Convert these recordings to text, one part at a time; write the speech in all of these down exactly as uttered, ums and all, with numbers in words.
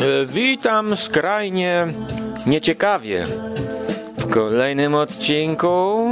Witam skrajnie nieciekawie w kolejnym odcinku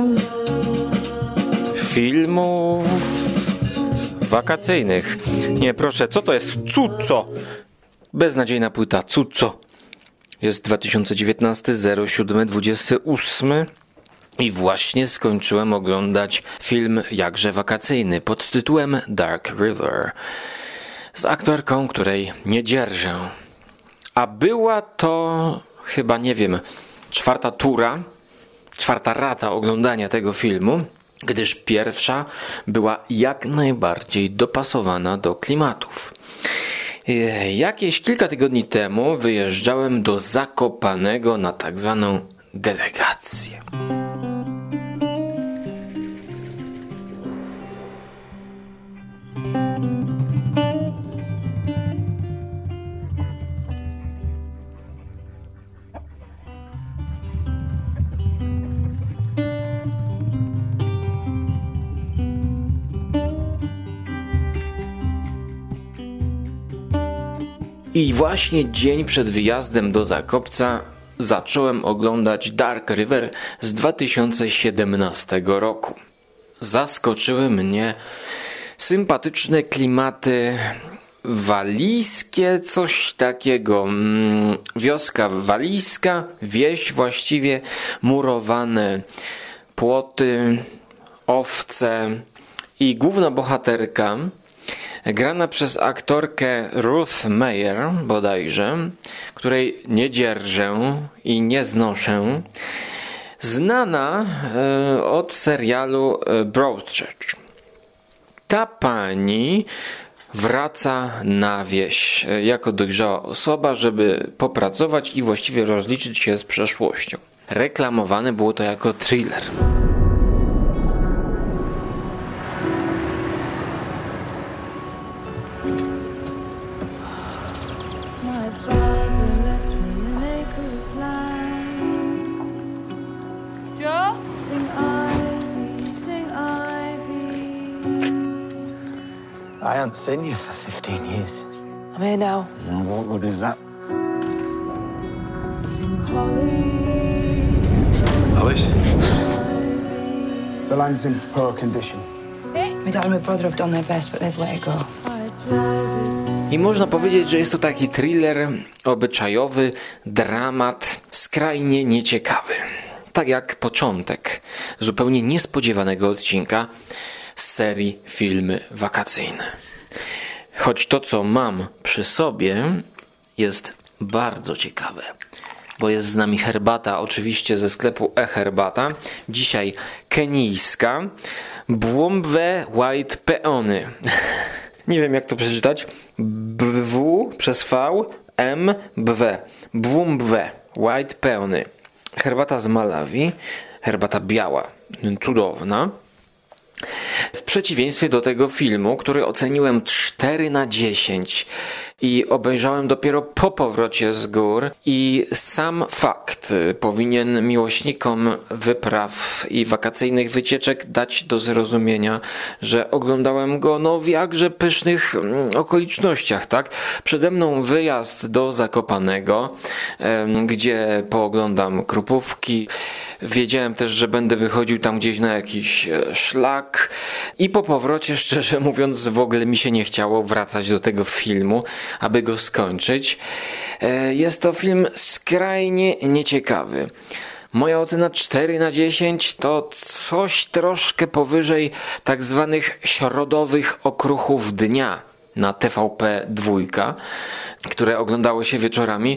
filmów wakacyjnych. Nie, proszę, co to jest? Cuco! Beznadziejna płyta, Cuco. Jest dwa tysiące dziewiętnasty, zero siedem, dwudziesty ósmy i właśnie skończyłem oglądać film jakże wakacyjny pod tytułem Dark River z aktorką, której nie dzierżę. A była to chyba, nie wiem, czwarta tura, czwarta rata oglądania tego filmu, gdyż pierwsza była jak najbardziej dopasowana do klimatów. Jakieś kilka tygodni temu wyjeżdżałem do Zakopanego na tak zwaną delegację. I właśnie dzień przed wyjazdem do Zakopca zacząłem oglądać Dark River z dwa tysiące siedemnastego roku. Zaskoczyły mnie sympatyczne klimaty walijskie, coś takiego. Wioska walijska, wieś właściwie, murowane płoty, owce i główna bohaterka grana przez aktorkę Ruth Meyer bodajże, której nie dzierżę i nie znoszę, znana e, od serialu Broadchurch. Ta pani wraca na wieś jako dojrzała osoba, żeby popracować i właściwie rozliczyć się z przeszłością. Reklamowane było to jako thriller. I haven't seen you for fifteen years. I'm here now. And what good is that? Alice? The land's in poor condition. My dad and my brother have done their best, but they've let it go. I można powiedzieć, że jest to taki thriller obyczajowy, dramat skrajnie nieciekawy. Tak jak początek zupełnie niespodziewanego odcinka z serii Filmy Wakacyjne. Choć to, co mam przy sobie, jest bardzo ciekawe, bo jest z nami herbata, oczywiście ze sklepu e-herbata, dzisiaj kenijska, Bwombe White Peony. Nie wiem, jak to przeczytać. W przez V, M, B. Bwombe White Peony. Herbata z Malawi, herbata biała, cudowna. W przeciwieństwie do tego filmu, który oceniłem cztery na dziesięć i obejrzałem dopiero po powrocie z gór, i sam fakt powinien miłośnikom wypraw i wakacyjnych wycieczek dać do zrozumienia, że oglądałem go no w jakże pysznych okolicznościach, tak? Przede mną wyjazd do Zakopanego, gdzie pooglądam Krupówki. Wiedziałem też, że będę wychodził tam gdzieś na jakiś szlak i po powrocie, szczerze mówiąc, w ogóle mi się nie chciało wracać do tego filmu, aby go skończyć. Jest to film skrajnie nieciekawy. Moja ocena cztery na dziesięć to coś troszkę powyżej tak zwanych środowych okruchów dnia na T V P dwa, które oglądało się wieczorami.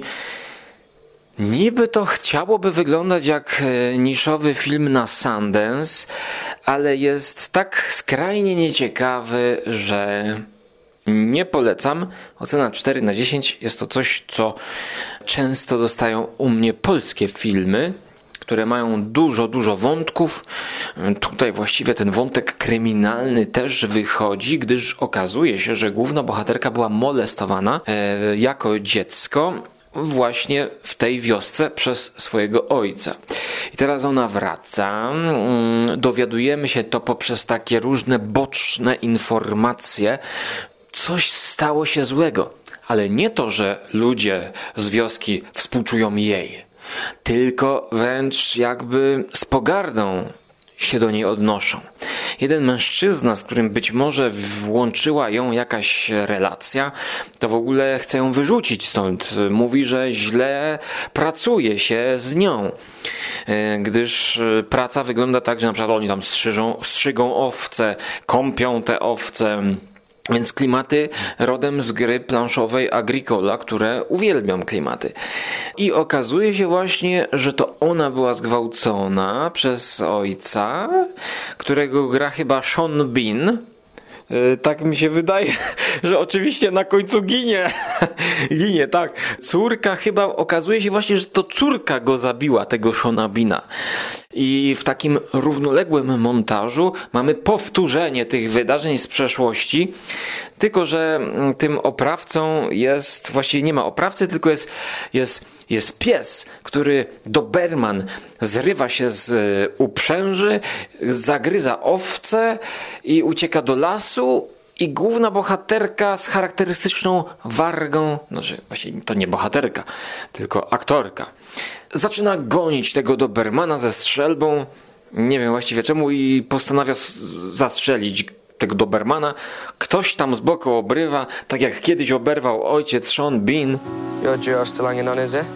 Niby to chciałoby wyglądać jak niszowy film na Sundance, ale jest tak skrajnie nieciekawy, że nie polecam. Ocena cztery na dziesięć jest to coś, co często dostają u mnie polskie filmy, które mają dużo, dużo wątków. Tutaj właściwie ten wątek kryminalny też wychodzi, gdyż okazuje się, że główna bohaterka była molestowana e, jako dziecko właśnie w tej wiosce przez swojego ojca. I teraz ona wraca, dowiadujemy się to poprzez takie różne boczne informacje. Coś stało się złego. Ale nie to, że ludzie z wioski współczują jej, tylko wręcz jakby z pogardą się do niej odnoszą. Jeden mężczyzna, z którym być może włączyła ją jakaś relacja, to w ogóle chce ją wyrzucić stąd. Mówi, że źle pracuje się z nią, gdyż praca wygląda tak, że na przykład oni tam strzyżą, strzygą owce, kąpią te owce. Więc klimaty rodem z gry planszowej Agricola, które uwielbiam klimaty. I okazuje się właśnie, że to ona była zgwałcona przez ojca, którego gra chyba Sean Bean. Yy, tak mi się wydaje, że oczywiście na końcu ginie. ginie, tak. Córka chyba, okazuje się właśnie, że to córka go zabiła, tego Seana Beana. I w takim równoległym montażu mamy powtórzenie tych wydarzeń z przeszłości, tylko że tym oprawcą jest, właściwie nie ma oprawcy, tylko jest, jest, jest pies, który Doberman zrywa się z uprzęży, zagryza owce i ucieka do lasu. I główna bohaterka z charakterystyczną wargą, znaczy właściwie to nie bohaterka, tylko aktorka, zaczyna gonić tego Dobermana ze strzelbą, nie wiem właściwie czemu, i postanawia zastrzelić tego Dobermana. Ktoś tam z boku obrywa, tak jak kiedyś oberwał ojciec Sean Bean. Your jaw's still hanging on, is it?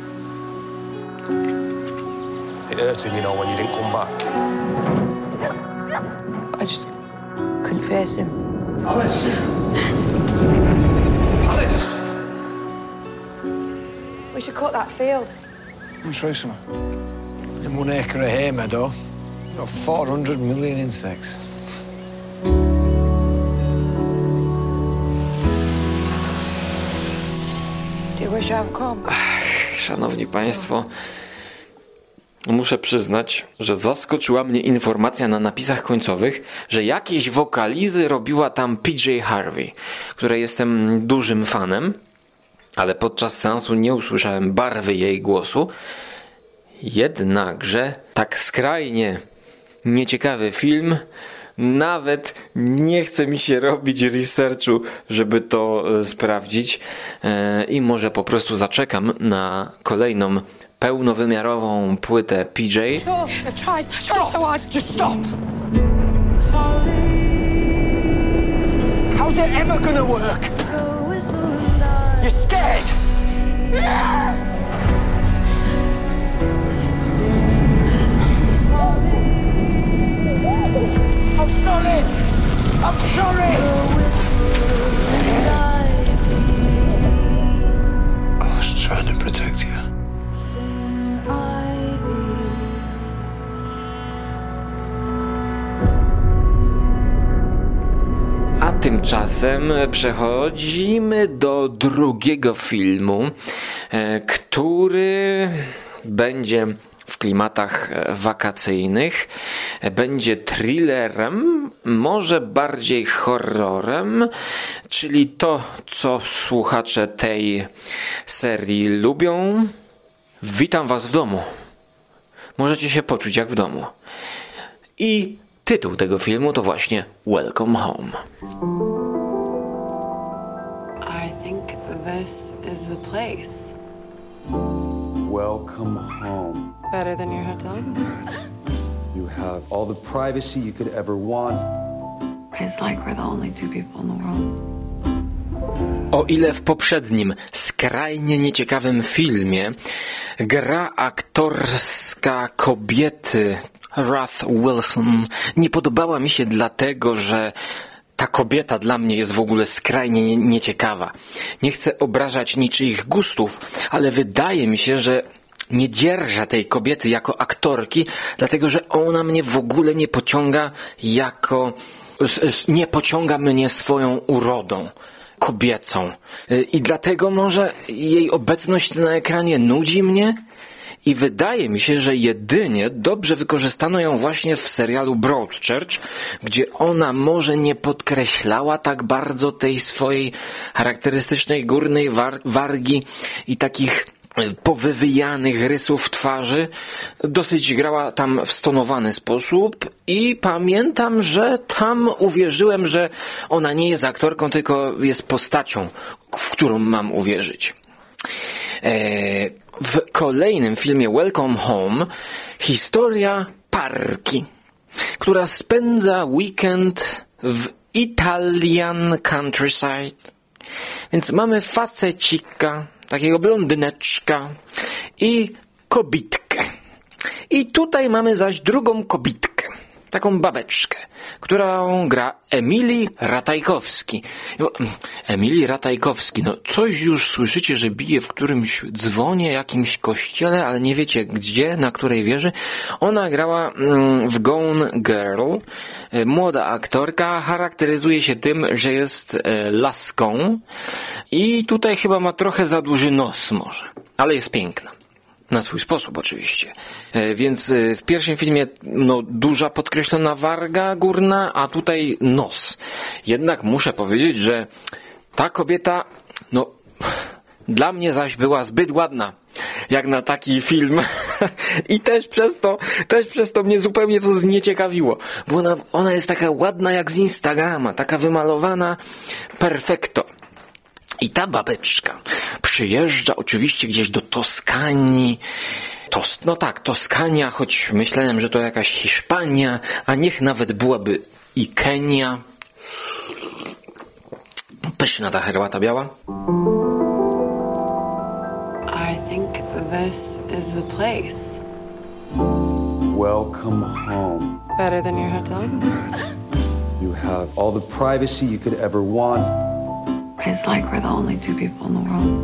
It hurted, you know, when you didn't come back. I just couldn't face him. Alice! Alice! We should cut that field. I'll try something. In one acre of hay meadow, you've got four hundred million insects. Do you wish I hadn't come? Szanowni Państwo, muszę przyznać, że zaskoczyła mnie informacja na napisach końcowych, że jakieś wokalizy robiła tam P J Harvey, której jestem dużym fanem, ale podczas seansu nie usłyszałem barwy jej głosu. Jednakże tak skrajnie nieciekawy film, nawet nie chce mi się robić researchu, żeby to sprawdzić, i może po prostu zaczekam na kolejną pełnowymiarową płytę P J. Oh, I've tried. I've tried so hard. Just stop! How's it ever gonna work? You're scared! I'm sorry! I'm sorry! I was trying to protect you. A tymczasem przechodzimy do drugiego filmu, który będzie w klimatach wakacyjnych, będzie thrillerem, może bardziej horrorem, czyli to, co słuchacze tej serii lubią. Witam Was w domu. Możecie się poczuć jak w domu. I tytuł tego filmu to właśnie Welcome Home. I think this is the place. Welcome home. Better than your hotel? You have all the privacy you could ever want. It's like we're the only two people in the world. O ile w poprzednim, skrajnie nieciekawym filmie gra aktorska kobiety Ruth Wilson nie podobała mi się dlatego, że ta kobieta dla mnie jest w ogóle skrajnie nieciekawa. Nie chcę obrażać niczyich gustów, ale wydaje mi się, że nie dzierżę tej kobiety jako aktorki, dlatego że ona mnie w ogóle nie pociąga jako... nie pociąga mnie swoją urodą kobiecą. I dlatego może jej obecność na ekranie nudzi mnie i wydaje mi się, że jedynie dobrze wykorzystano ją właśnie w serialu Broadchurch, gdzie ona może nie podkreślała tak bardzo tej swojej charakterystycznej górnej war- wargi i takich powywijanych rysów twarzy. Dosyć grała tam w stonowany sposób i pamiętam, że tam uwierzyłem, że ona nie jest aktorką, tylko jest postacią w którą mam uwierzyć. W kolejnym filmie Welcome Home historia parki, która spędza weekend w Italian countryside. Więc mamy facecika, takiego blondyneczka i kobitkę. I tutaj mamy zaś drugą kobitkę, taką babeczkę, którą gra Emilii Ratajkowski. Emilii Ratajkowski, no coś już słyszycie, że bije w którymś dzwonie, jakimś kościele, ale nie wiecie gdzie, na której wieży. Ona grała w Gone Girl. Młoda aktorka, charakteryzuje się tym, że jest laską i tutaj chyba ma trochę za duży nos może, ale jest piękna. Na swój sposób oczywiście. E, więc e, w pierwszym filmie no, duża podkreślona warga górna, a tutaj nos. Jednak muszę powiedzieć, że ta kobieta, no dla mnie zaś była zbyt ładna, jak na taki film. I też przez to, też przez to mnie zupełnie to znieciekawiło. Bo ona, ona jest taka ładna jak z Instagrama, taka wymalowana perfekto. I ta babeczka przyjeżdża oczywiście gdzieś do Toskanii. Tos, no tak, Toskania, choć myślałem, że to jakaś Hiszpania, a niech nawet byłaby i Kenia. Pyszna ta herbata biała. I think this is the place. Welcome home. Better than your hotel? You have all the privacy you could ever want. It's like we're the only two people in the world.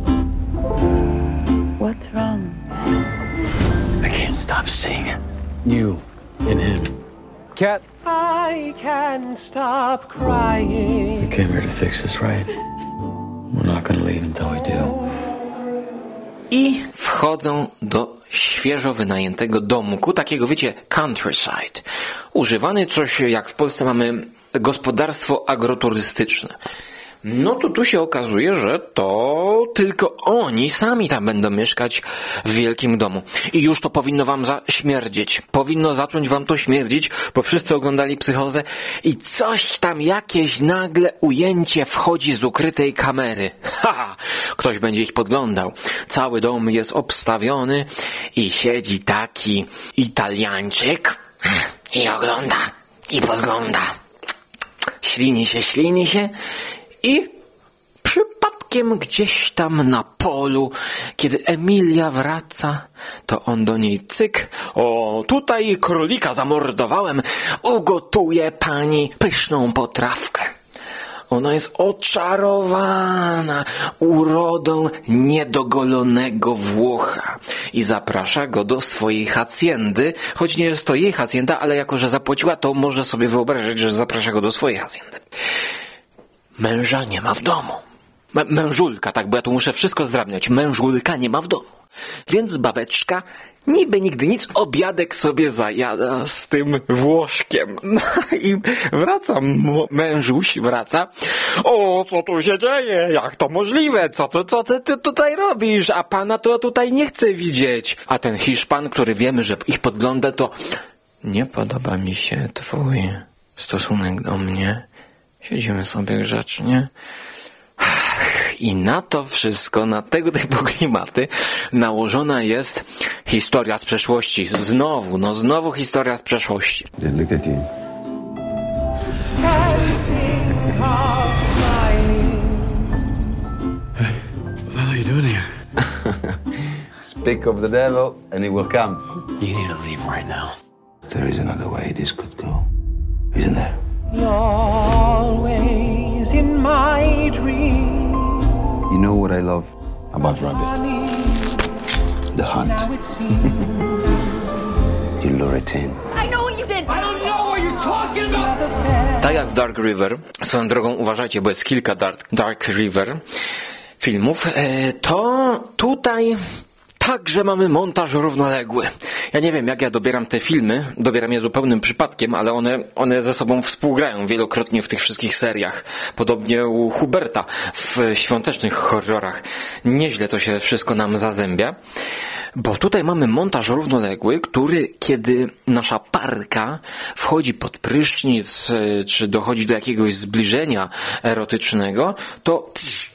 What's wrong? I can't stop seeing it. You and him. Cat. I can't stop crying. We came here to fix this, right? We're not gonna leave until we do. I wchodzą do świeżo wynajętego domku, takiego wiecie, countryside. Używany coś jak w Polsce mamy gospodarstwo agroturystyczne. No to tu się okazuje, że to tylko oni sami tam będą mieszkać w wielkim domu. I już to powinno wam śmierdzieć. Powinno zacząć wam to śmierdzić, bo wszyscy oglądali Psychozę i coś tam, jakieś nagle ujęcie wchodzi z ukrytej kamery. Haha, ktoś będzie ich podglądał. Cały dom jest obstawiony i siedzi taki Italiańczyk i ogląda, i podgląda. Ślini się, ślini się. I przypadkiem gdzieś tam na polu, kiedy Emilia wraca, to on do niej cyk. O, tutaj królika zamordowałem, ugotuję pani pyszną potrawkę. Ona jest oczarowana urodą niedogolonego Włocha i zaprasza go do swojej haciendy, choć nie jest to jej hacienda, ale jako że zapłaciła, to może sobie wyobrazić, że zaprasza go do swojej haciendy. Męża nie ma w domu. M- mężulka, tak, bo ja tu muszę wszystko zdrabniać. Mężulka nie ma w domu. Więc babeczka niby nigdy nic, obiadek sobie zajada z tym Włoszkiem. No i wraca, m- mężuś wraca. O, co tu się dzieje? Jak to możliwe? Co, to, co ty, ty tutaj robisz? A pana to tutaj nie chcę widzieć. A ten Hiszpan, który wiemy, że ich podgląda, to nie podoba mi się twój stosunek do mnie. Siedzimy sobie grzecznie. I na to wszystko, na tego typu klimaty nałożona jest historia z przeszłości. Znowu, no znowu historia z przeszłości. Then look at you. Hey, what are you doing here? Speak of the devil and he will come. You need to leave right now. There is another way this could go. Isn't there? You're always in my dream. You know what I love about Rabbit? The hunt. Now it seems. You lure it in. I know what you did! I don't know what you're talking about. Tak jak w Dark River, swoją drogą uważajcie, bo jest kilka Dark, Dark River filmów, to tutaj także mamy montaż równoległy. Ja nie wiem, jak ja dobieram te filmy, dobieram je zupełnym przypadkiem, ale one, one ze sobą współgrają wielokrotnie w tych wszystkich seriach. Podobnie u Huberta w świątecznych horrorach. Nieźle to się wszystko nam zazębia. Bo tutaj mamy montaż równoległy, który kiedy nasza parka wchodzi pod prysznic, czy dochodzi do jakiegoś zbliżenia erotycznego, to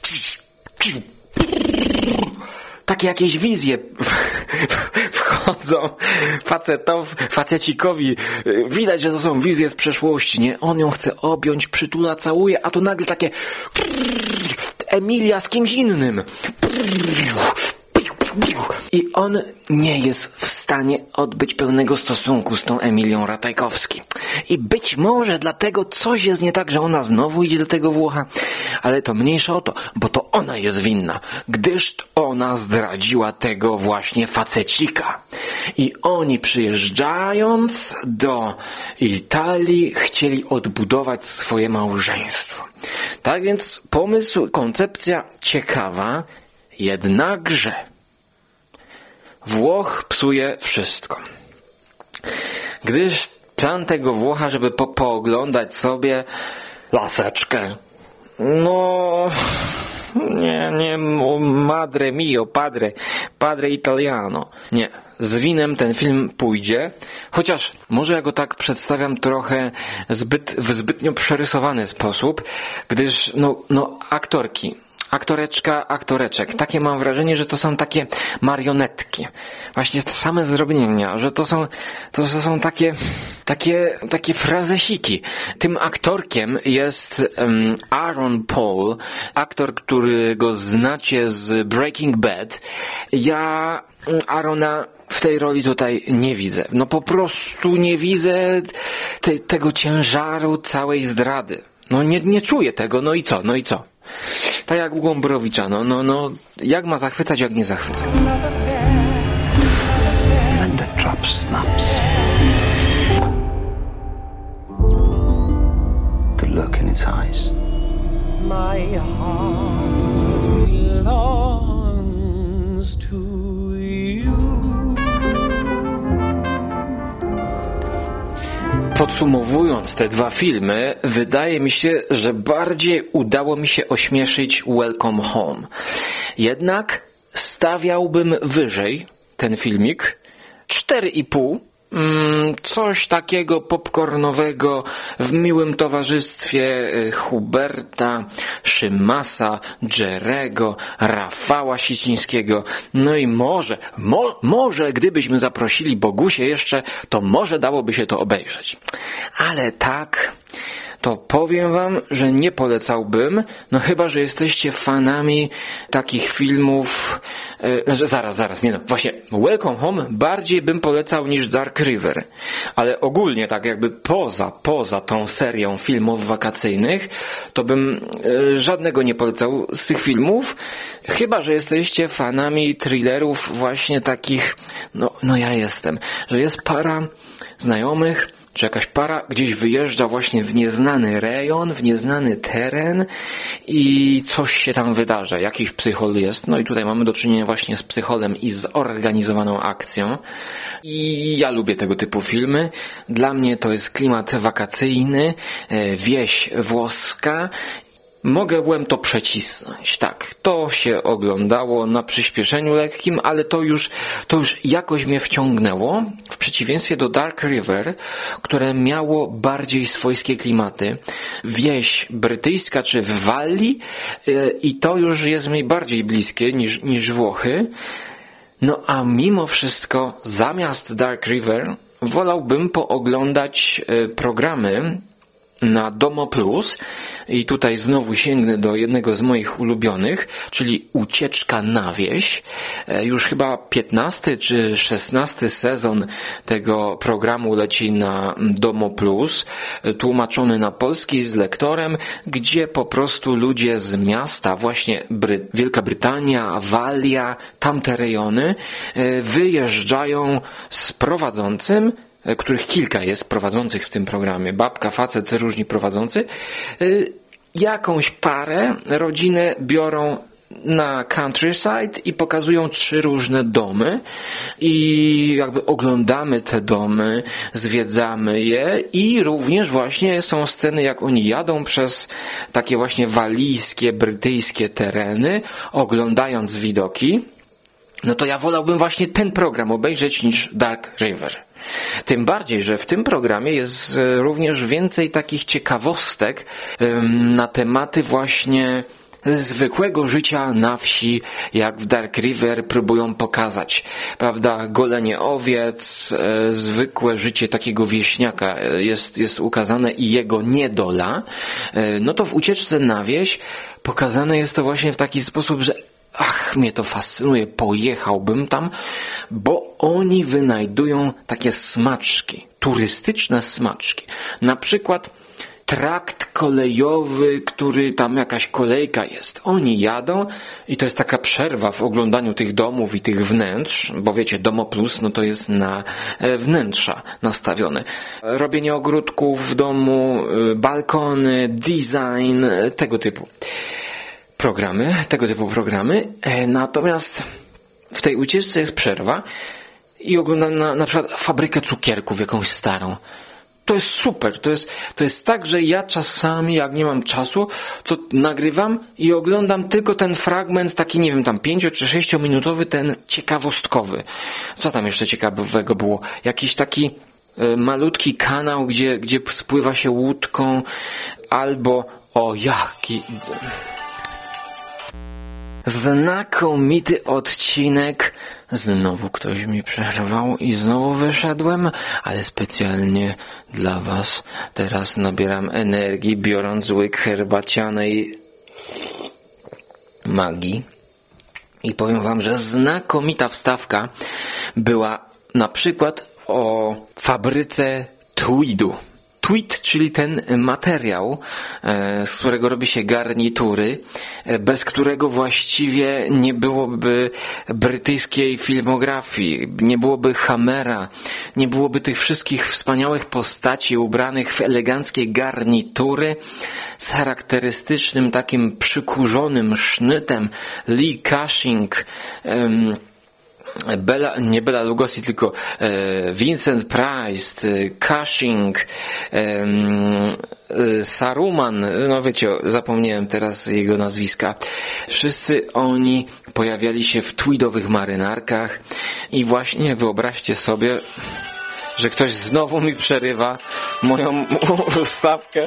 takie jakieś wizje wchodzą facetowi, facecikowi. Widać, że to są wizje z przeszłości, nie? On ją chce objąć, przytula, całuje, a tu nagle takie Emilia z kimś innym. I on nie jest w stanie odbyć pełnego stosunku z tą Emilią Ratajkowski. I być może dlatego coś jest nie tak, że ona znowu idzie do tego Włocha, ale to mniejsza o to, bo to ona jest winna, gdyż ona zdradziła tego właśnie facecika. I oni przyjeżdżając do Italii chcieli odbudować swoje małżeństwo. Tak więc pomysł, koncepcja ciekawa, jednakże Włoch psuje wszystko. Gdyż plan tego Włocha, żeby po pooglądać sobie laseczkę, no nie, nie, madre mio, padre, padre italiano. Nie, z winem ten film pójdzie, chociaż może ja go tak przedstawiam trochę zbyt, w zbytnio przerysowany sposób, gdyż no, no aktorki, aktoreczka, aktoreczek. Takie mam wrażenie, że to są takie marionetki. Właśnie same zrobienia, że to są, to są takie, takie, takie frazesiki. Tym aktorkiem jest um, Aaron Paul, aktor, którego znacie z Breaking Bad. Ja Aarona w tej roli tutaj nie widzę. No po prostu nie widzę te, tego ciężaru całej zdrady. No nie, nie czuję tego, no i co, no i co? Tak jak u Gombrowicza, no, no, no, jak ma zachwycać, jak nie zachwyca. And the trap snaps. The look in its eyes. My heart belongs to you. Podsumowując te dwa filmy, wydaje mi się, że bardziej udało mi się ośmieszyć Welcome Home. Jednak stawiałbym wyżej ten filmik. cztery i pół. Coś takiego popcornowego w miłym towarzystwie Huberta, Szymasa, Jerego, Rafała Sicińskiego. No i może, mo, może gdybyśmy zaprosili Bogusię jeszcze, to może dałoby się to obejrzeć. Ale tak, to powiem wam, że nie polecałbym, no chyba, że jesteście fanami takich filmów, yy, zaraz, zaraz, nie no, właśnie Welcome Home bardziej bym polecał niż Dark River, ale ogólnie tak jakby poza, poza tą serią filmów wakacyjnych, to bym yy, żadnego nie polecał z tych filmów, chyba, że jesteście fanami thrillerów właśnie takich, no, no ja jestem, że jest para znajomych, czy jakaś para gdzieś wyjeżdża właśnie w nieznany rejon, w nieznany teren i coś się tam wydarza. Jakiś psychol jest. No i tutaj mamy do czynienia właśnie z psycholem i zorganizowaną akcją. I ja lubię tego typu filmy. Dla mnie to jest klimat wakacyjny, wieś włoska. Mogłem to przecisnąć, tak, to się oglądało na przyspieszeniu lekkim, ale to już, to już jakoś mnie wciągnęło, w przeciwieństwie do Dark River, które miało bardziej swojskie klimaty, wieś brytyjska czy w Walii yy, i to już jest mi bardziej bliskie niż, niż Włochy, no a mimo wszystko zamiast Dark River wolałbym pooglądać yy, programy na Domo Plus i tutaj znowu sięgnę do jednego z moich ulubionych, czyli Ucieczka na wieś. Już chyba piętnasty czy szesnasty sezon tego programu leci na Domo Plus, tłumaczony na polski z lektorem, gdzie po prostu ludzie z miasta, właśnie Bry- Wielka Brytania, Walia, tamte rejony, wyjeżdżają z prowadzącym, których kilka jest prowadzących w tym programie, babka, facet, różni prowadzący, jakąś parę, rodzinę biorą na countryside i pokazują trzy różne domy i jakby oglądamy te domy, zwiedzamy je i również właśnie są sceny, jak oni jadą przez takie właśnie walijskie, brytyjskie tereny, oglądając widoki. No to ja wolałbym właśnie ten program obejrzeć niż Dark River. Tym bardziej, że w tym programie jest również więcej takich ciekawostek na tematy właśnie zwykłego życia na wsi, jak w Dark River próbują pokazać, prawda, golenie owiec, e, zwykłe życie takiego wieśniaka jest, jest ukazane i jego niedola, e, no to w Ucieczce na wieś pokazane jest to właśnie w taki sposób, że ach, mnie to fascynuje, pojechałbym tam, bo oni wynajdują takie smaczki, turystyczne smaczki, na przykład trakt kolejowy, który tam jakaś kolejka jest. Oni jadą i to jest taka przerwa w oglądaniu tych domów i tych wnętrz, bo wiecie, Domo Plus, no to jest na wnętrza nastawione. Robienie ogródków w domu, balkony, design, tego typu programy, tego typu programy. Natomiast w tej ucieczce jest przerwa i oglądam na, na przykład fabrykę cukierków, jakąś starą. To jest super, to jest, to jest tak, że ja czasami, jak nie mam czasu, to nagrywam i oglądam tylko ten fragment, taki, nie wiem, tam pięcio czy sześciominutowy, ten ciekawostkowy. Co tam jeszcze ciekawego było? Jakiś taki y, malutki kanał, gdzie, gdzie spływa się łódką, albo, o jaki... Znakomity odcinek. Znowu ktoś mi przerwał i znowu wyszedłem, ale specjalnie dla was teraz nabieram energii, biorąc łyk herbacianej magii. I powiem wam, że znakomita wstawka była na przykład o fabryce tweedu. Tweed, czyli ten materiał, z którego robi się garnitury, bez którego właściwie nie byłoby brytyjskiej filmografii, nie byłoby Hammera, nie byłoby tych wszystkich wspaniałych postaci ubranych w eleganckie garnitury z charakterystycznym takim przykurzonym sznytem. Lee Cushing, um, Bela, nie Bela Lugosi, tylko e, Vincent Price, e, Cushing, e, e, Saruman, no wiecie, zapomniałem teraz jego nazwiska. Wszyscy oni pojawiali się w tweedowych marynarkach i właśnie wyobraźcie sobie, że ktoś znowu mi przerywa moją stawkę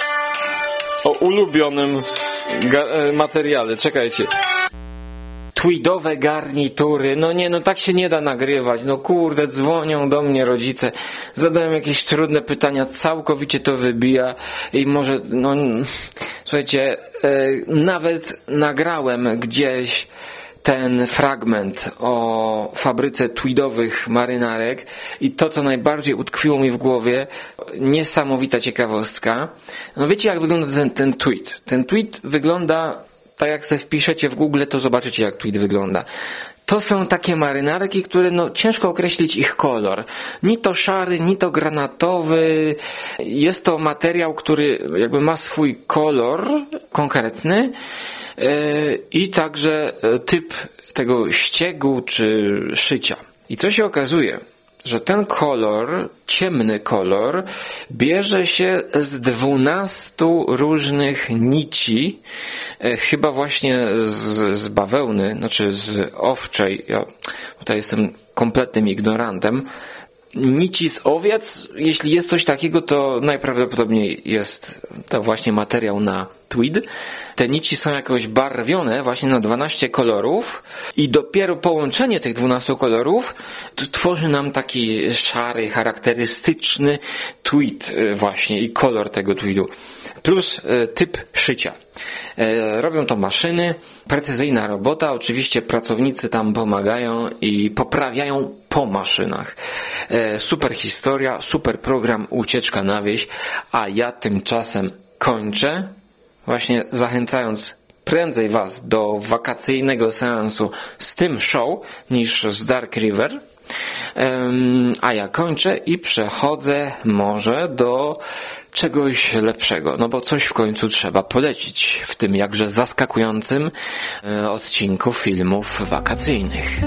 o ulubionym ga- materiale. Czekajcie. Tweedowe garnitury, no nie, no tak się nie da nagrywać, no kurde, dzwonią do mnie rodzice, zadają jakieś trudne pytania, całkowicie to wybija i może, no, słuchajcie, e, nawet nagrałem gdzieś ten fragment o fabryce tweedowych marynarek i to, co najbardziej utkwiło mi w głowie, niesamowita ciekawostka. No wiecie, jak wygląda ten, ten tweet? Ten tweet wygląda tak, jak sobie wpiszecie w Google, to zobaczycie, jak tweet wygląda. To są takie marynarki, które no ciężko określić ich kolor. Ni to szary, ni to granatowy. Jest to materiał, który jakby ma swój kolor konkretny yy, i także typ tego ściegu czy szycia. I co się okazuje? Że ten kolor, ciemny kolor, bierze się z dwunastu różnych nici, e, chyba właśnie z, z bawełny, znaczy z owczej. Ja tutaj jestem kompletnym ignorantem. Nici z owiec, jeśli jest coś takiego, to najprawdopodobniej jest to właśnie materiał na tweed. Te nici są jakoś barwione właśnie na dwanaście kolorów i dopiero połączenie tych dwunastu kolorów tworzy nam taki szary, charakterystyczny tweed właśnie i kolor tego tweedu. Plus typ szycia. Robią to maszyny, precyzyjna robota, oczywiście pracownicy tam pomagają i poprawiają po maszynach. Super historia, super program Ucieczka na wieś, a ja tymczasem kończę, właśnie zachęcając prędzej was do wakacyjnego seansu z tym show niż z Dark River. A ja kończę i przechodzę może do czegoś lepszego, no bo coś w końcu trzeba polecić w tym jakże zaskakującym e, odcinku filmów wakacyjnych.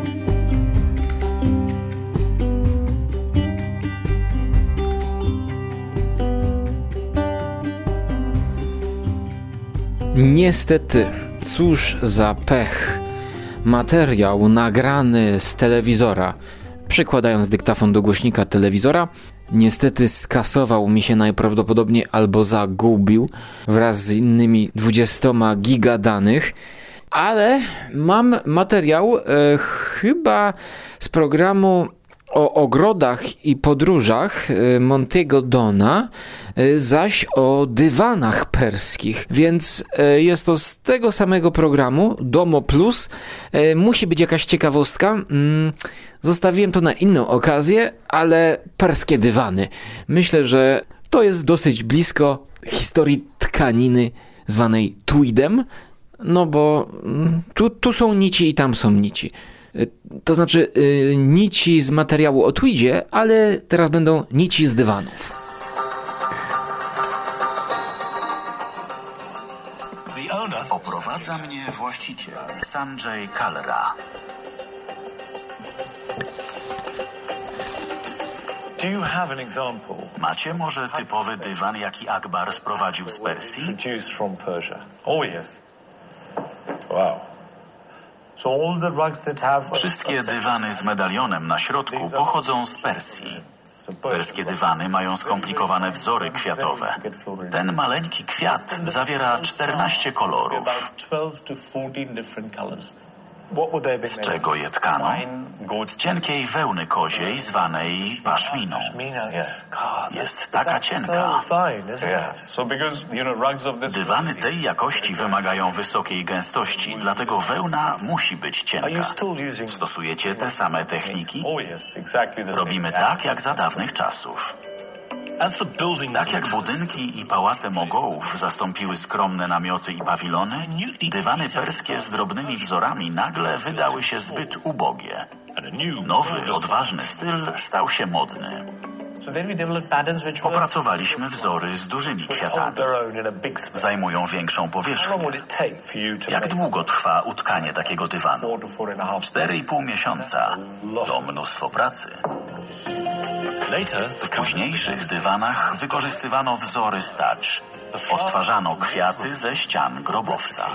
Niestety, cóż za pech. Materiał nagrany z telewizora, przykładając dyktafon do głośnika telewizora, niestety skasował mi się najprawdopodobniej albo zagubił wraz z innymi dwudziestoma giga danych, ale mam materiał e, chyba z programu o ogrodach i podróżach Montego Dona, zaś o dywanach perskich, więc jest to z tego samego programu, Domo Plus. Musi być jakaś ciekawostka. Zostawiłem to na inną okazję, ale perskie dywany. Myślę, że to jest dosyć blisko historii tkaniny zwanej tweedem, no bo tu, tu są nici i tam są nici. To znaczy yy, nici z materiału o tweedzie, ale teraz będą nici z dywanów. Oprowadza mnie właściciel Sanjay Kalra. Do you have an example? Macie może typowy dywan, jaki Akbar sprowadził z Persji? Produced from Persia. Oh yes. Wow. So all the rugs that have... Wszystkie dywany z medalionem na środku pochodzą z Persji. Perskie dywany mają skomplikowane wzory kwiatowe. Ten maleńki kwiat zawiera czternaście kolorów. Z czego je tkano? Z cienkiej wełny koziej zwanej paszminą. Jest taka cienka. Dywany tej jakości wymagają wysokiej gęstości, dlatego wełna musi być cienka. Stosujecie te same techniki? Robimy tak, jak za dawnych czasów. Tak jak budynki i pałace Mogołów zastąpiły skromne namioty i pawilony, dywany perskie z drobnymi wzorami nagle wydały się zbyt ubogie. Nowy, odważny styl stał się modny. Opracowaliśmy wzory z dużymi kwiatami. Zajmują większą powierzchnię. Jak długo trwa utkanie takiego dywanu? Cztery i pół miesiąca. To mnóstwo pracy. W późniejszych dywanach wykorzystywano wzory stacz. Odtwarzano kwiaty ze ścian grobowca.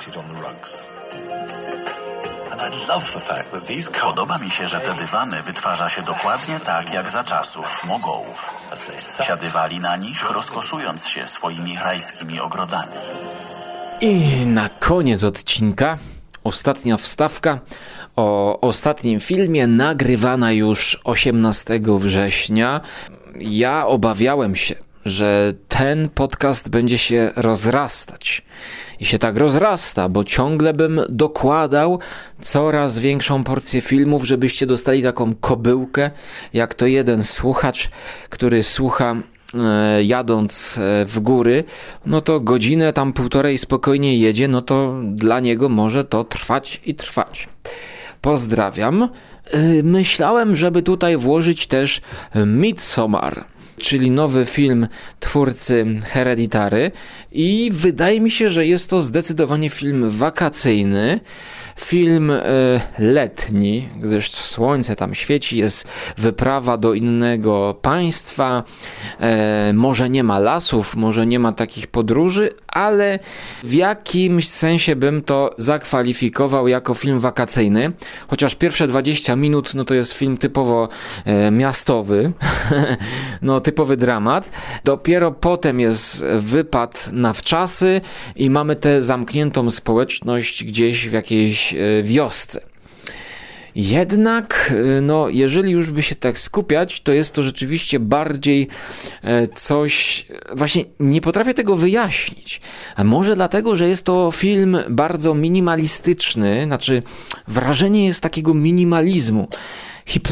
Podoba mi się, że te dywany wytwarza się dokładnie tak, jak za czasów Mogołów. Siadywali na nich, rozkoszując się swoimi rajskimi ogrodami. I na koniec odcinka ostatnia wstawka o ostatnim filmie, nagrywana już osiemnastego września. Ja obawiałem się, że ten podcast będzie się rozrastać. I się tak rozrasta, bo ciągle bym dokładał coraz większą porcję filmów, żebyście dostali taką kobyłkę, jak to jeden słuchacz, który słucha e, jadąc e, w góry, no to godzinę tam półtorej spokojnie jedzie, no to dla niego może to trwać i trwać. Pozdrawiam. E, myślałem, żeby tutaj włożyć też Midsommar, czyli nowy film twórcy Hereditary, i wydaje mi się, że jest to zdecydowanie film wakacyjny, film e, letni, gdyż słońce tam świeci, jest wyprawa do innego państwa, e, może nie ma lasów, może nie ma takich podróży, ale w jakimś sensie bym to zakwalifikował jako film wakacyjny, chociaż pierwsze dwadzieścia minut no to jest film typowo e, miastowy, no typowy dramat. Dopiero potem jest wypad na wczasy i mamy tę zamkniętą społeczność gdzieś w jakiejś e, wiosce. Jednak, no, jeżeli już by się tak skupiać, to jest to rzeczywiście bardziej coś, właśnie nie potrafię tego wyjaśnić. A może dlatego, że jest to film bardzo minimalistyczny, znaczy wrażenie jest takiego minimalizmu,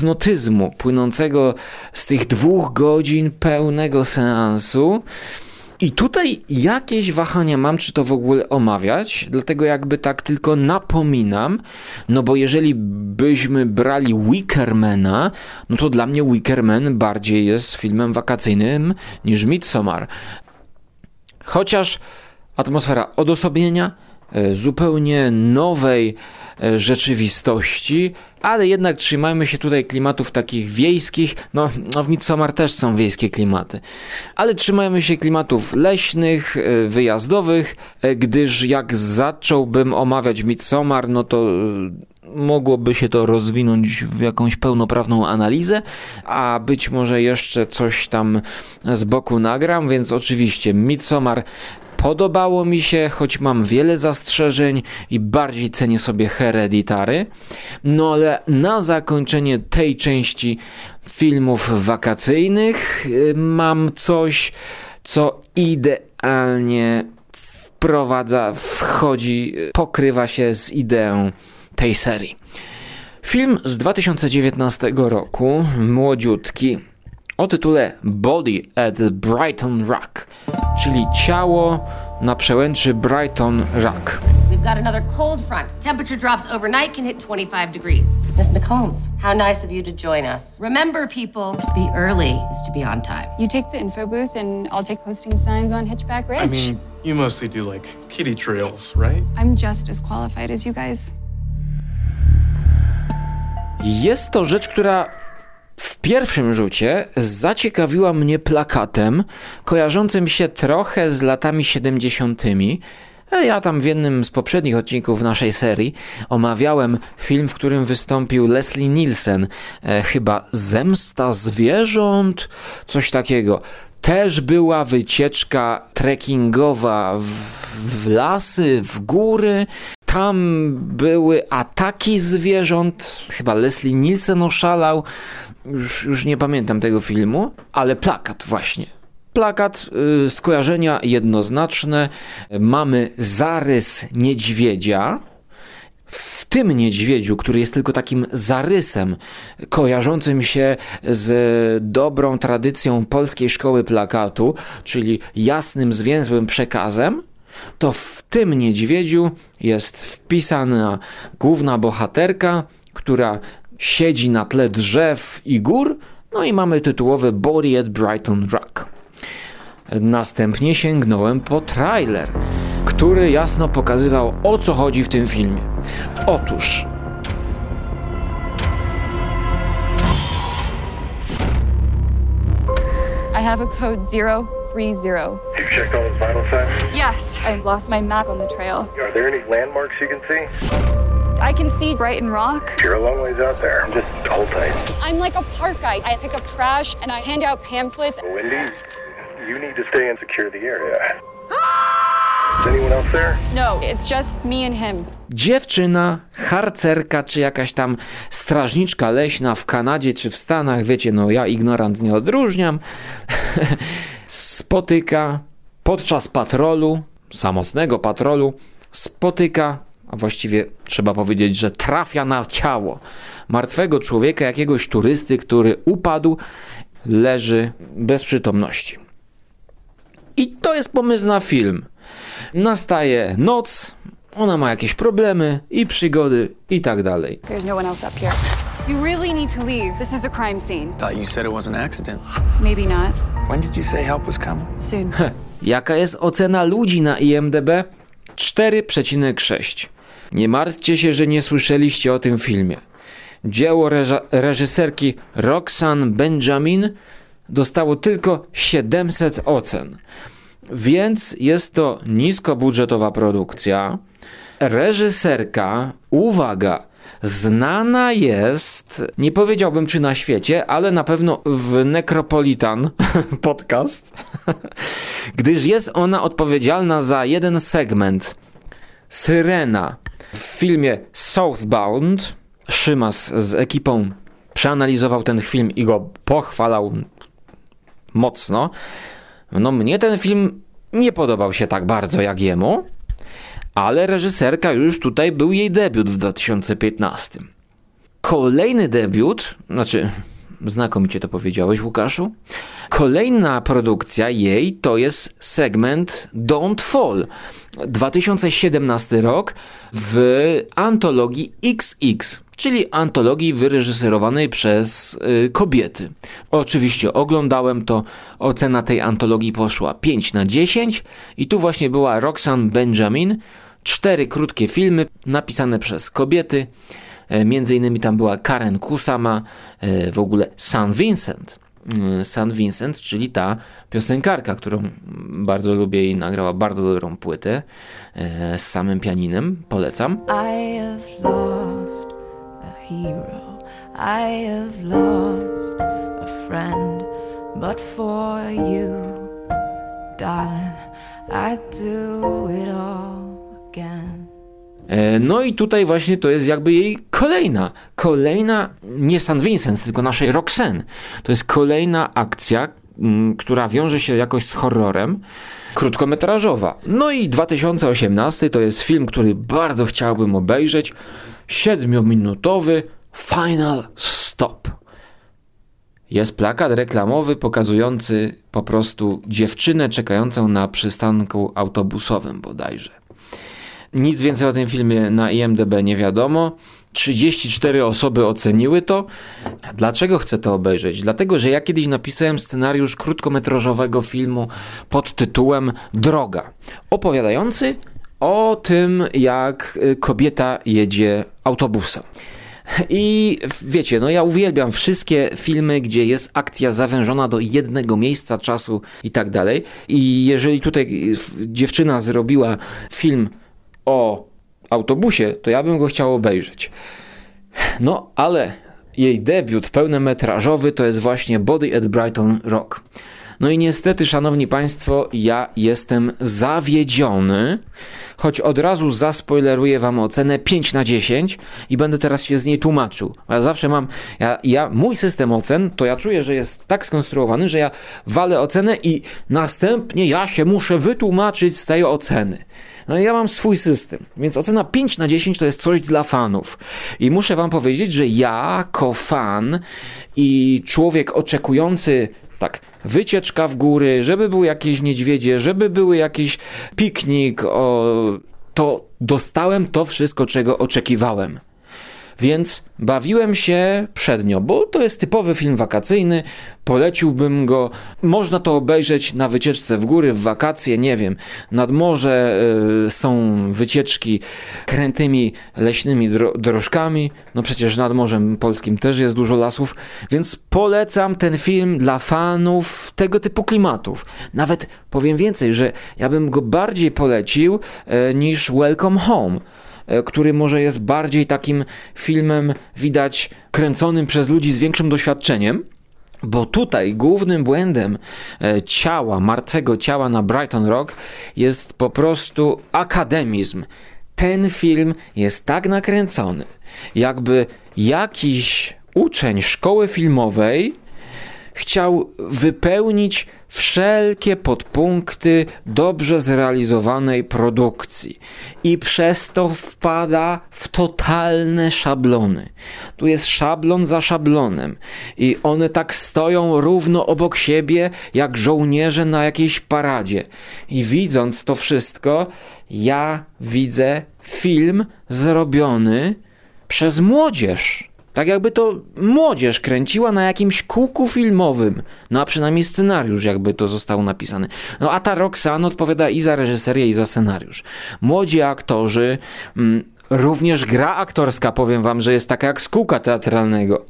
hipnotyzmu płynącego z tych dwóch godzin pełnego seansu. I tutaj jakieś wahania mam, czy to w ogóle omawiać, dlatego jakby tak tylko napominam, no bo jeżeli byśmy brali Wickermana, no to dla mnie Wickerman bardziej jest filmem wakacyjnym niż Midsommar. Chociaż atmosfera odosobnienia, zupełnie nowej rzeczywistości, ale jednak trzymajmy się tutaj klimatów takich wiejskich, no, no w Midsommar też są wiejskie klimaty, ale trzymajmy się klimatów leśnych, wyjazdowych, gdyż jak zacząłbym omawiać Midsommar, no to mogłoby się to rozwinąć w jakąś pełnoprawną analizę, a być może jeszcze coś tam z boku nagram, więc oczywiście Midsommar podobało mi się, choć mam wiele zastrzeżeń i bardziej cenię sobie Hereditary. No ale na zakończenie tej części filmów wakacyjnych mam coś, co idealnie wprowadza, wchodzi, pokrywa się z ideą tej serii. Film z dwa tysiące dziewiętnastego roku, młodziutki, o tytule Body at Brighton Rock, czyli ciało na przełęczy Brighton Rock. We've got another cold front. Temperature drops overnight can hit twenty-five degrees. Miss McCombs, how nice of you to join us. Remember, people, to be early is to be on time. You take the info booth and I'll take posting signs on Hitchback Ridge. I mean, you mostly do like kiddie trails, right? I'm just as qualified as you guys. Jest to rzecz, która w pierwszym rzucie zaciekawiła mnie plakatem kojarzącym się trochę z latami siedemdziesiątymi. Ja tam w jednym z poprzednich odcinków naszej serii omawiałem film, w którym wystąpił Leslie Nielsen. E, chyba Zemsta zwierząt? Coś takiego. Też była wycieczka trekkingowa w, w lasy, w góry. Tam były ataki zwierząt. Chyba Leslie Nielsen oszalał. Już, już nie pamiętam tego filmu, ale plakat właśnie. Plakat, yy, skojarzenia jednoznaczne. Mamy zarys niedźwiedzia. W tym niedźwiedziu, który jest tylko takim zarysem kojarzącym się z dobrą tradycją polskiej szkoły plakatu, czyli jasnym, zwięzłym przekazem, to w tym niedźwiedziu jest wpisana główna bohaterka, która siedzi na tle drzew i gór, no i mamy tytułowy Body at Brighton Rock. Następnie sięgnąłem po trailer, który jasno pokazywał, o co chodzi w tym filmie. Otóż I have a code zero three zero. You've checked all his vital signs? Yes, I lost my map on the trail. Are there any landmarks you can see? I can see Brighton Rock. You're a long ways out there. Just hold tight. I'm like a park guide. I pick up trash and I hand out pamphlets. Wendy, you need to stay and secure the area. Is anyone else there? No, it's just me and him. Dziewczyna, harcerka, czy jakaś tam strażniczka leśna w Kanadzie czy w Stanach, wiecie, no ja ignorant nie odróżniam, spotyka podczas patrolu, samotnego patrolu, spotyka, a właściwie trzeba powiedzieć, że trafia na ciało martwego człowieka, jakiegoś turysty, który upadł, leży bez przytomności. I to jest pomysł na film. Nastaje noc, ona ma jakieś problemy i przygody i tak dalej. There's no one else up here. You really need to leave. This is a crime scene. Thought you said it was an accident. Maybe not. When did you say help was coming? Soon. Jaka jest ocena ludzi na I M D B? cztery przecinek sześć. Nie martwcie się, że nie słyszeliście o tym filmie. Dzieło reża- reżyserki Roxanne Benjamin dostało tylko siedemset ocen. Więc jest to niskobudżetowa produkcja. Reżyserka, uwaga, znana jest, nie powiedziałbym czy na świecie, ale na pewno w Necropolitan podcast, gdyż jest ona odpowiedzialna za jeden segment. Syrena w filmie Southbound. Szymas z ekipą przeanalizował ten film i go pochwalał mocno. No mnie ten film nie podobał się tak bardzo jak jemu, ale reżyserka już tutaj był jej debiut w dwa tysiące piętnastym. Kolejny debiut, znaczy Znakomicie to powiedziałeś, Łukaszu. Kolejna produkcja jej to jest segment Don't Fall. dwa tysiące siedemnasty rok w antologii X X, czyli antologii wyreżyserowanej przez y, kobiety. Oczywiście oglądałem to, ocena tej antologii poszła pięć na dziesięć i tu właśnie była Roxanne Benjamin, cztery krótkie filmy napisane przez kobiety, e, między innymi tam była Karen Kusama, e, w ogóle Saint Vincent. Saint Vincent, czyli ta piosenkarka, którą bardzo lubię i nagrała bardzo dobrą płytę e, z samym pianinem. Polecam. I have lost a hero, I have lost a friend, but for you, darling, I'd do it all again. No i tutaj właśnie to jest jakby jej kolejna, kolejna, nie Saint Vincent, tylko naszej Roxanne. To jest kolejna akcja, m, która wiąże się jakoś z horrorem, krótkometrażowa. No i dwa tysiące osiemnasty to jest film, który bardzo chciałbym obejrzeć, siedmiominutowy Final Stop. Jest plakat reklamowy pokazujący po prostu dziewczynę czekającą na przystanku autobusowym bodajże. Nic więcej o tym filmie na I M D B nie wiadomo. trzydzieści cztery osoby oceniły to. Dlaczego chcę to obejrzeć? Dlatego, że ja kiedyś napisałem scenariusz krótkometrażowego filmu pod tytułem Droga, opowiadający o tym, jak kobieta jedzie autobusem. I wiecie, no ja uwielbiam wszystkie filmy, gdzie jest akcja zawężona do jednego miejsca, czasu i tak dalej. I jeżeli tutaj dziewczyna zrobiła film o autobusie, to ja bym go chciał obejrzeć. No, ale jej debiut pełnometrażowy to jest właśnie Body at Brighton Rock. No i niestety, szanowni państwo, ja jestem zawiedziony, choć od razu zaspoileruję wam ocenę pięć na dziesięć i będę teraz się z niej tłumaczył. Ja zawsze mam, ja, ja, mój system ocen, to ja czuję, że jest tak skonstruowany, że ja walę ocenę i następnie ja się muszę wytłumaczyć z tej oceny. No i ja mam swój system, więc ocena pięć na dziesięć to jest coś dla fanów. I muszę wam powiedzieć, że ja jako fan i człowiek oczekujący tak, wycieczka w góry, żeby były jakieś niedźwiedzie, żeby były jakiś piknik, o, to dostałem to wszystko, czego oczekiwałem. Więc bawiłem się przednio, bo to jest typowy film wakacyjny, poleciłbym go, można to obejrzeć na wycieczce w góry, w wakacje, nie wiem, nad morze y, są wycieczki krętymi leśnymi dro- dorożkami, no przecież nad Morzem Polskim też jest dużo lasów, więc polecam ten film dla fanów tego typu klimatów. Nawet powiem więcej, że ja bym go bardziej polecił y, niż Welcome Home, który może jest bardziej takim filmem, widać, kręconym przez ludzi z większym doświadczeniem, bo tutaj głównym błędem ciała, martwego ciała na Brighton Rock jest po prostu akademizm. Ten film jest tak nakręcony, jakby jakiś uczeń szkoły filmowej chciał wypełnić wszelkie podpunkty dobrze zrealizowanej produkcji i przez to wpada w totalne szablony. Tu jest szablon za szablonem i one tak stoją równo obok siebie jak żołnierze na jakiejś paradzie. I widząc to wszystko, ja widzę film zrobiony przez młodzież. Tak jakby to młodzież kręciła na jakimś kółku filmowym. No a przynajmniej scenariusz jakby to został napisany. No a ta Roxanne odpowiada i za reżyserię, i za scenariusz. Młodzi aktorzy, mm, również gra aktorska, powiem wam, że jest taka jak z kółka teatralnego.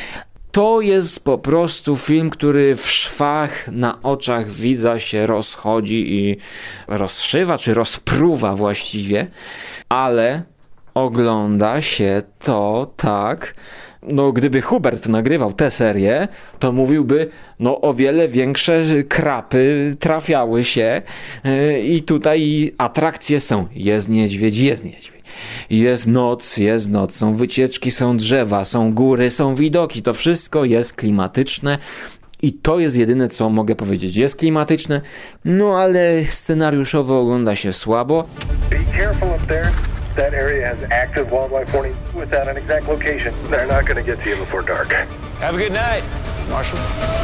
To jest po prostu film, który w szwach na oczach widza się rozchodzi i rozszywa, czy rozpruwa właściwie, ale ogląda się to tak, no gdyby Hubert nagrywał tę serię, to mówiłby, no o wiele większe krapy trafiały się yy, i tutaj atrakcje są. Jest niedźwiedź, jest niedźwiedź. Jest noc, jest noc, są wycieczki, są drzewa, są góry, są widoki. To wszystko jest klimatyczne. I to jest jedyne, co mogę powiedzieć. Jest klimatyczne, no ale scenariuszowo ogląda się słabo. Be careful up there. That area has active wildlife warning. Without an exact location, they're not going to get to you before dark. Have a good night, Marshal.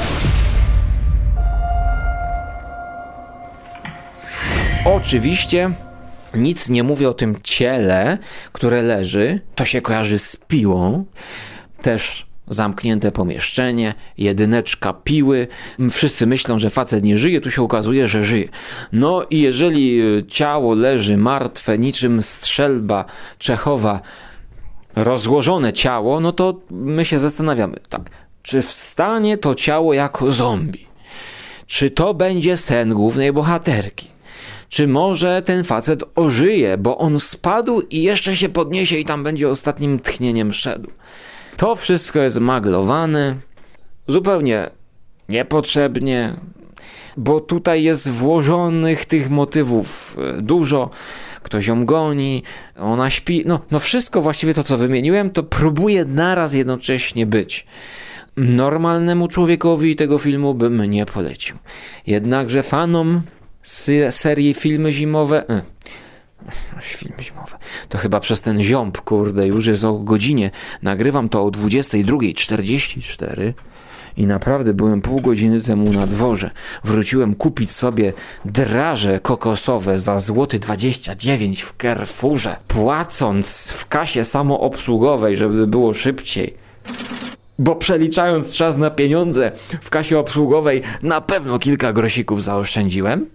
Oczywiście nic nie mówię o tym ciele, które leży. To się kojarzy z piłą. Też zamknięte pomieszczenie, jedyneczka piły. Wszyscy myślą, że facet nie żyje, tu się okazuje, że żyje. No i jeżeli ciało leży martwe, niczym strzelba Czechowa, rozłożone ciało, no to my się zastanawiamy, tak, czy wstanie to ciało jako zombie? Czy to będzie sen głównej bohaterki? Czy może ten facet ożyje, bo on spadł i jeszcze się podniesie i tam będzie ostatnim tchnieniem szedł? To wszystko jest maglowane, zupełnie niepotrzebnie, bo tutaj jest włożonych tych motywów dużo. Ktoś ją goni, ona śpi, no, no wszystko właściwie to, co wymieniłem, to próbuje naraz jednocześnie być. Normalnemu człowiekowi tego filmu bym nie polecił. Jednakże fanom serii filmy zimowe... E. Filmy zimowe. To chyba przez ten ziąb, kurde, już jest o godzinie. Nagrywam to o dwudziestej drugiej czterdzieści cztery i naprawdę byłem pół godziny temu na dworze. Wróciłem kupić sobie draże kokosowe za złoty dwadzieścia dziewięć w Carrefourze, płacąc w kasie samoobsługowej, żeby było szybciej. Bo przeliczając czas na pieniądze w kasie obsługowej na pewno kilka grosików zaoszczędziłem.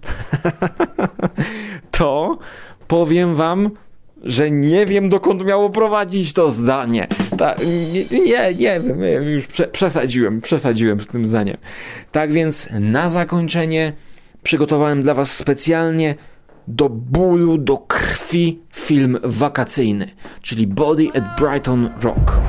To powiem wam, że nie wiem, dokąd miało prowadzić to zdanie. Ta, nie, nie, nie wiem, już prze, przesadziłem, przesadziłem z tym zdaniem. Tak więc na zakończenie przygotowałem dla was specjalnie do bólu, do krwi film wakacyjny, czyli Body at Brighton Rock.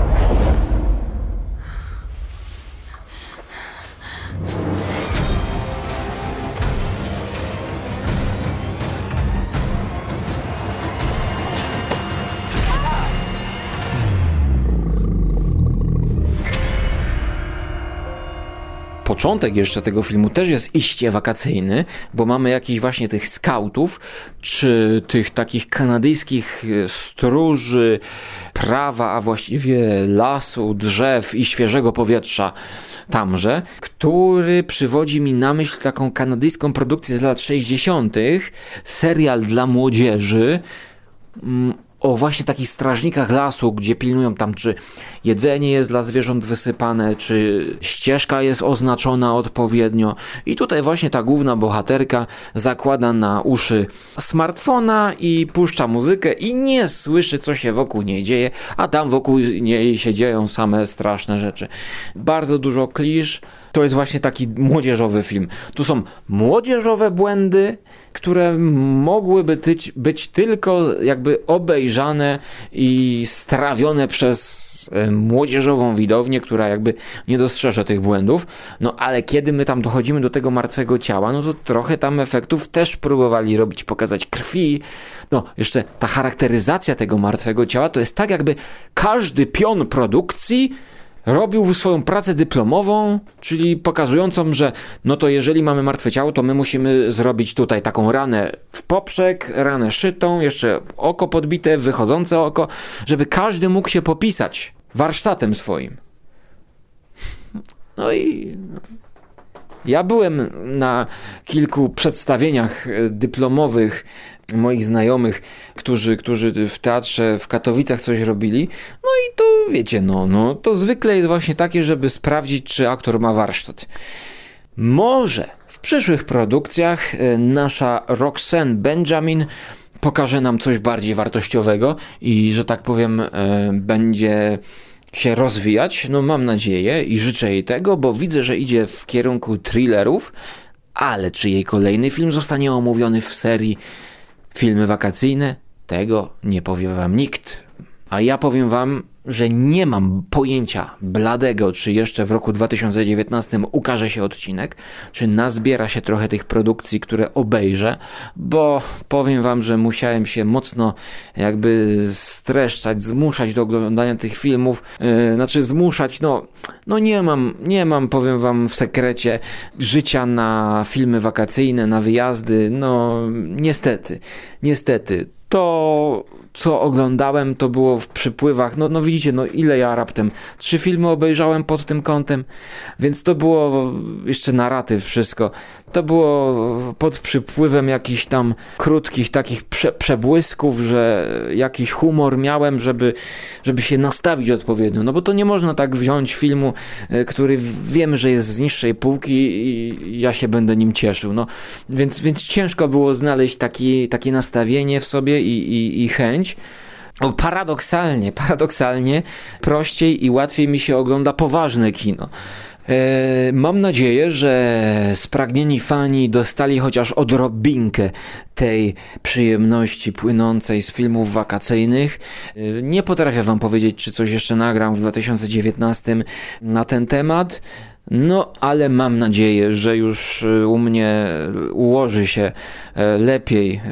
Początek jeszcze tego filmu też jest iście wakacyjny, bo mamy jakichś właśnie tych skautów, czy tych takich kanadyjskich stróży prawa, a właściwie lasu, drzew i świeżego powietrza tamże, który przywodzi mi na myśl taką kanadyjską produkcję z lat sześćdziesiątych, serial dla młodzieży, o właśnie takich strażnikach lasu, gdzie pilnują tam, czy jedzenie jest dla zwierząt wysypane, czy ścieżka jest oznaczona odpowiednio. I tutaj właśnie ta główna bohaterka zakłada na uszy smartfona i puszcza muzykę i nie słyszy, co się wokół niej dzieje, a tam wokół niej się dzieją same straszne rzeczy. Bardzo dużo klisz. To jest właśnie taki młodzieżowy film. Tu są młodzieżowe błędy, które mogłyby być, być tylko jakby obejrzane i strawione przez młodzieżową widownię, która jakby nie dostrzeże tych błędów. No ale kiedy my tam dochodzimy do tego martwego ciała, no to trochę tam efektów też próbowali robić, pokazać krwi. No jeszcze ta charakteryzacja tego martwego ciała to jest tak, jakby każdy pion produkcji robił swoją pracę dyplomową, czyli pokazującą, że no to jeżeli mamy martwe ciało, to my musimy zrobić tutaj taką ranę w poprzek, ranę szytą, jeszcze oko podbite, wychodzące oko, żeby każdy mógł się popisać warsztatem swoim. No i ja byłem na kilku przedstawieniach dyplomowych moich znajomych, którzy, którzy w teatrze w Katowicach coś robili. No i to wiecie, no, no to zwykle jest właśnie takie, żeby sprawdzić, czy aktor ma warsztat. Może w przyszłych produkcjach nasza Roxanne Benjamin pokaże nam coś bardziej wartościowego i, że tak powiem, będzie się rozwijać. No mam nadzieję i życzę jej tego, bo widzę, że idzie w kierunku thrillerów, ale czy jej kolejny film zostanie omówiony w serii filmy wakacyjne? Tego nie powie wam nikt. A ja powiem wam, że nie mam pojęcia bladego, czy jeszcze w roku dwa tysiące dziewiętnastym ukaże się odcinek, czy nazbiera się trochę tych produkcji, które obejrzę, bo powiem wam, że musiałem się mocno jakby streszczać, zmuszać do oglądania tych filmów, yy, znaczy zmuszać, no, no nie mam, nie mam, powiem wam w sekrecie, życia na filmy wakacyjne, na wyjazdy, no niestety, niestety, to co oglądałem, to było w przypływach. No, no widzicie, no ile ja raptem trzy filmy obejrzałem pod tym kątem, więc to było jeszcze narratyw, wszystko. To było pod przypływem jakichś tam krótkich takich prze, przebłysków, że jakiś humor miałem, żeby, żeby się nastawić odpowiednio. No bo to nie można tak wziąć filmu, który wiem, że jest z niższej półki i ja się będę nim cieszył. No, więc, więc ciężko było znaleźć taki, takie nastawienie w sobie i, i, i chęć. O, paradoksalnie, paradoksalnie prościej i łatwiej mi się ogląda poważne kino. E, mam nadzieję, że spragnieni fani dostali chociaż odrobinkę tej przyjemności płynącej z filmów wakacyjnych. E, nie potrafię wam powiedzieć, czy coś jeszcze nagram w dwa tysiące dziewiętnastym na ten temat. No, ale mam nadzieję, że już u mnie ułoży się lepiej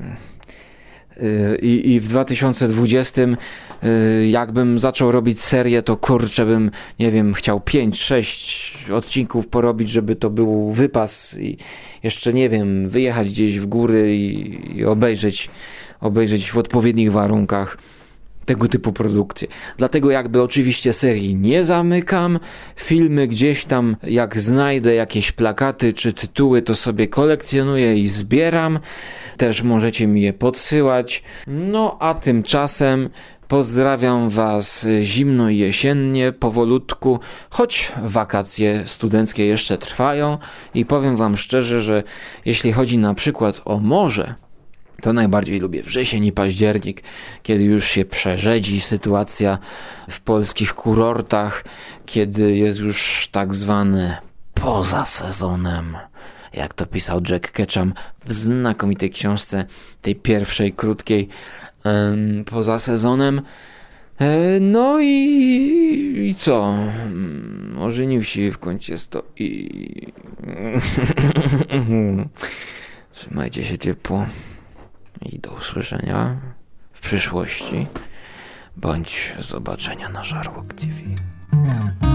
i, i w dwa tysiące dwudziestym jakbym zaczął robić serię, to kurczę bym, nie wiem, chciał pięć sześć odcinków porobić, żeby to był wypas i jeszcze, nie wiem, wyjechać gdzieś w góry i, i obejrzeć, obejrzeć w odpowiednich warunkach tego typu produkcje. Dlatego jakby oczywiście serii nie zamykam, filmy gdzieś tam jak znajdę jakieś plakaty czy tytuły, to sobie kolekcjonuję i zbieram. Też możecie mi je podsyłać. No a tymczasem pozdrawiam was zimno i jesiennie, powolutku, choć wakacje studenckie jeszcze trwają i powiem wam szczerze, że jeśli chodzi na przykład o morze, to najbardziej lubię wrzesień i październik, kiedy już się przerzedzi sytuacja w polskich kurortach, kiedy jest już tak zwany poza sezonem, jak to pisał Jack Ketchum w znakomitej książce, tej pierwszej, krótkiej, um, poza sezonem. E, no i, i co? Ożenił się w końcu to i... Trzymajcie się ciepło. I do usłyszenia w przyszłości, bądź zobaczenia na Żarłok T V.